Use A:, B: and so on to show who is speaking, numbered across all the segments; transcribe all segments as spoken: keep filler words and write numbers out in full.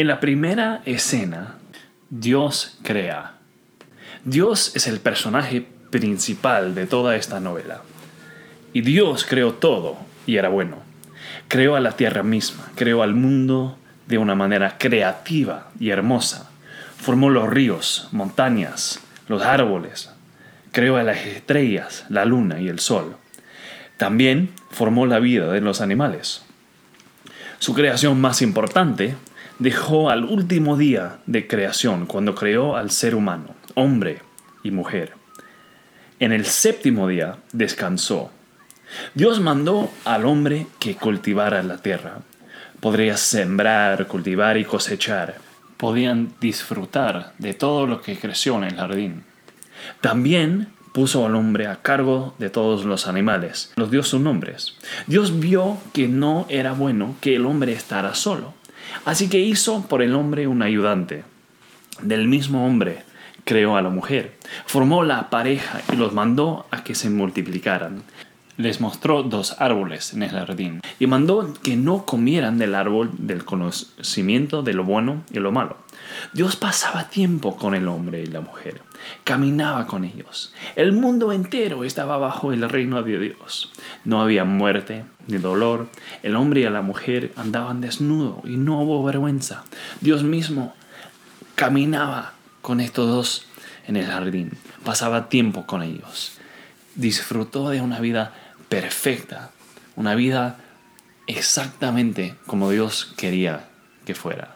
A: En la primera escena, Dios crea. Dios es el personaje principal de toda esta novela. Y Dios creó todo y era bueno. Creó a la tierra misma, creó al mundo de una manera creativa y hermosa. Formó los ríos, montañas, los árboles. Creó a las estrellas, la luna y el sol. También formó la vida de los animales. Su creación más importante dejó al último día de creación, cuando creó al ser humano, hombre y mujer. En el séptimo día descansó. Dios mandó al hombre que cultivara la tierra. Podría sembrar, cultivar y cosechar. Podían disfrutar de todo lo que creció en el jardín. También puso al hombre a cargo de todos los animales. Los dio sus nombres. Dios vio que no era bueno que el hombre estara solo. Así que hizo por el hombre un ayudante. Del mismo hombre creó a la mujer. Formó la pareja y los mandó a que se multiplicaran. Les mostró dos árboles en el jardín y mandó que no comieran del árbol del conocimiento de lo bueno y lo malo. Dios pasaba tiempo con el hombre y la mujer. Caminaba con ellos. El mundo entero estaba bajo el reino de Dios. No había muerte ni dolor. El hombre y la mujer andaban desnudos y no hubo vergüenza. Dios mismo caminaba con estos dos en el jardín. Pasaba tiempo con ellos. Disfrutó de una vida perfecta. Una vida exactamente como Dios quería que fuera.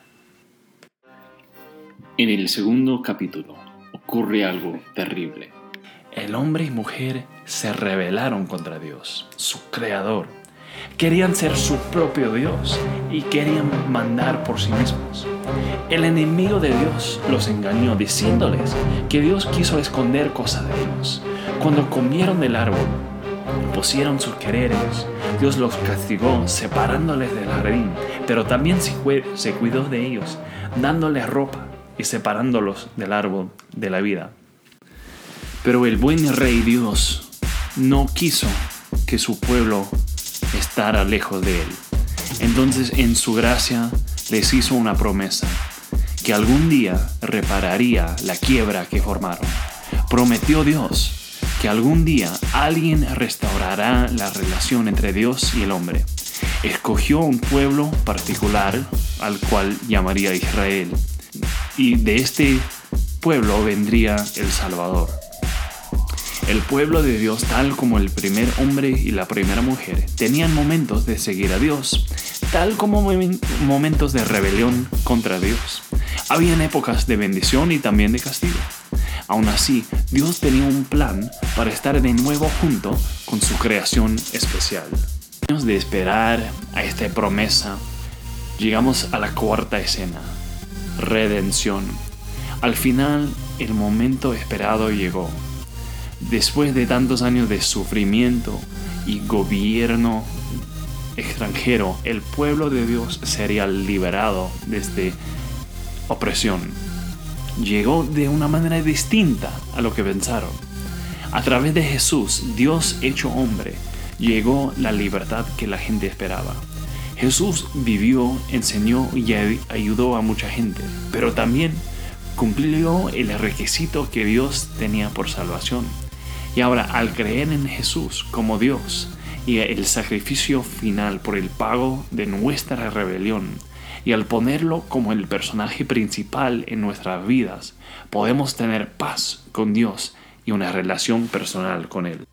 A: En el segundo capítulo ocurre algo terrible. El hombre y mujer se rebelaron contra Dios, su creador. Querían ser su propio Dios y querían mandar por sí mismos. El enemigo de Dios los engañó diciéndoles que Dios quiso esconder cosas de ellos. Cuando comieron del árbol, pusieron sus quereres. Dios los castigó separándoles del jardín, pero también se cuidó de ellos, dándoles ropa y separándolos del árbol de la vida. Pero el buen rey Dios no quiso que su pueblo estara lejos de él. Entonces, en su gracia, les hizo una promesa, que algún día repararía la quiebra que formaron. Prometió Dios que algún día alguien restaurará la relación entre Dios y el hombre. Escogió un pueblo particular al cual llamaría Israel. Y de este pueblo vendría el Salvador. El pueblo de Dios, tal como el primer hombre y la primera mujer, tenían momentos de seguir a Dios, tal como momentos de rebelión contra Dios. Habían épocas de bendición y también de castigo. Aún así, Dios tenía un plan para estar de nuevo junto con su creación especial. Años de esperar a esta promesa, llegamos a la cuarta escena. Redención. Al final, el momento esperado llegó. Después de tantos años de sufrimiento y gobierno extranjero, el pueblo de Dios sería liberado de esta opresión. Llegó de una manera distinta a lo que pensaron. A través de Jesús, Dios hecho hombre, llegó la libertad que la gente esperaba. Jesús vivió, enseñó y ayudó a mucha gente, pero también cumplió el requisito que Dios tenía por salvación. Y ahora, al creer en Jesús como Dios y el sacrificio final por el pago de nuestra rebelión, y al ponerlo como el personaje principal en nuestras vidas, podemos tener paz con Dios y una relación personal con Él.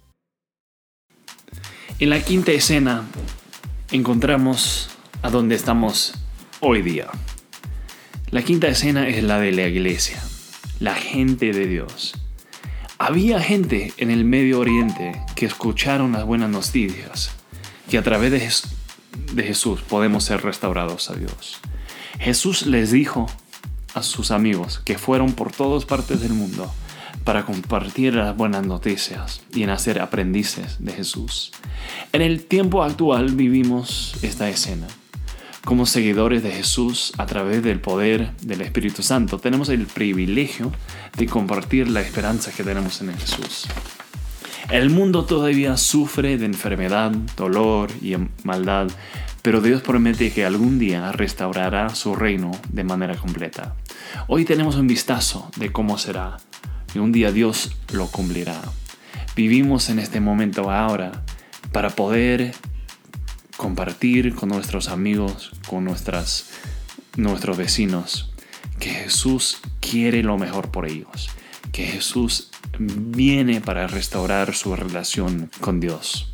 A: En la quinta escena encontramos a donde estamos hoy día. La quinta escena es la de la iglesia, la gente de Dios. Había gente en el Medio Oriente que escucharon las buenas noticias, que a través de, Jes- de Jesús podemos ser restaurados a Dios. Jesús les dijo a sus amigos que fueron por todas partes del mundo para compartir las buenas noticias y en hacer aprendices de Jesús. En el tiempo actual vivimos esta escena. Como seguidores de Jesús, a través del poder del Espíritu Santo, tenemos el privilegio de compartir la esperanza que tenemos en Jesús. El mundo todavía sufre de enfermedad, dolor y maldad, pero Dios promete que algún día restaurará su reino de manera completa. Hoy tenemos un vistazo de cómo será, y un día Dios lo cumplirá. Vivimos en este momento ahora para poder compartir con nuestros amigos, con nuestras, nuestros vecinos, que Jesús quiere lo mejor por ellos, que Jesús viene para restaurar su relación con Dios.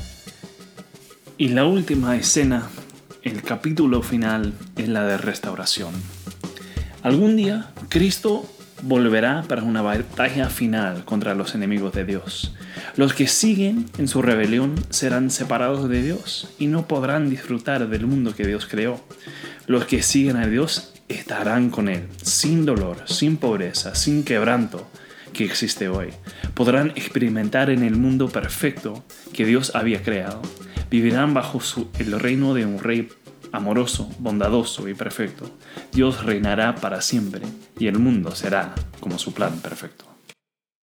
A: Y la última escena, el capítulo final, es la de restauración. Algún día Cristo volverá para una batalla final contra los enemigos de Dios. Los que siguen en su rebelión serán separados de Dios y no podrán disfrutar del mundo que Dios creó. Los que siguen a Dios estarán con Él, sin dolor, sin pobreza, sin quebranto que existe hoy. Podrán experimentar en el mundo perfecto que Dios había creado. Vivirán bajo su, el reino de un rey amoroso, bondadoso y perfecto. Dios reinará para siempre y el mundo será como su plan perfecto.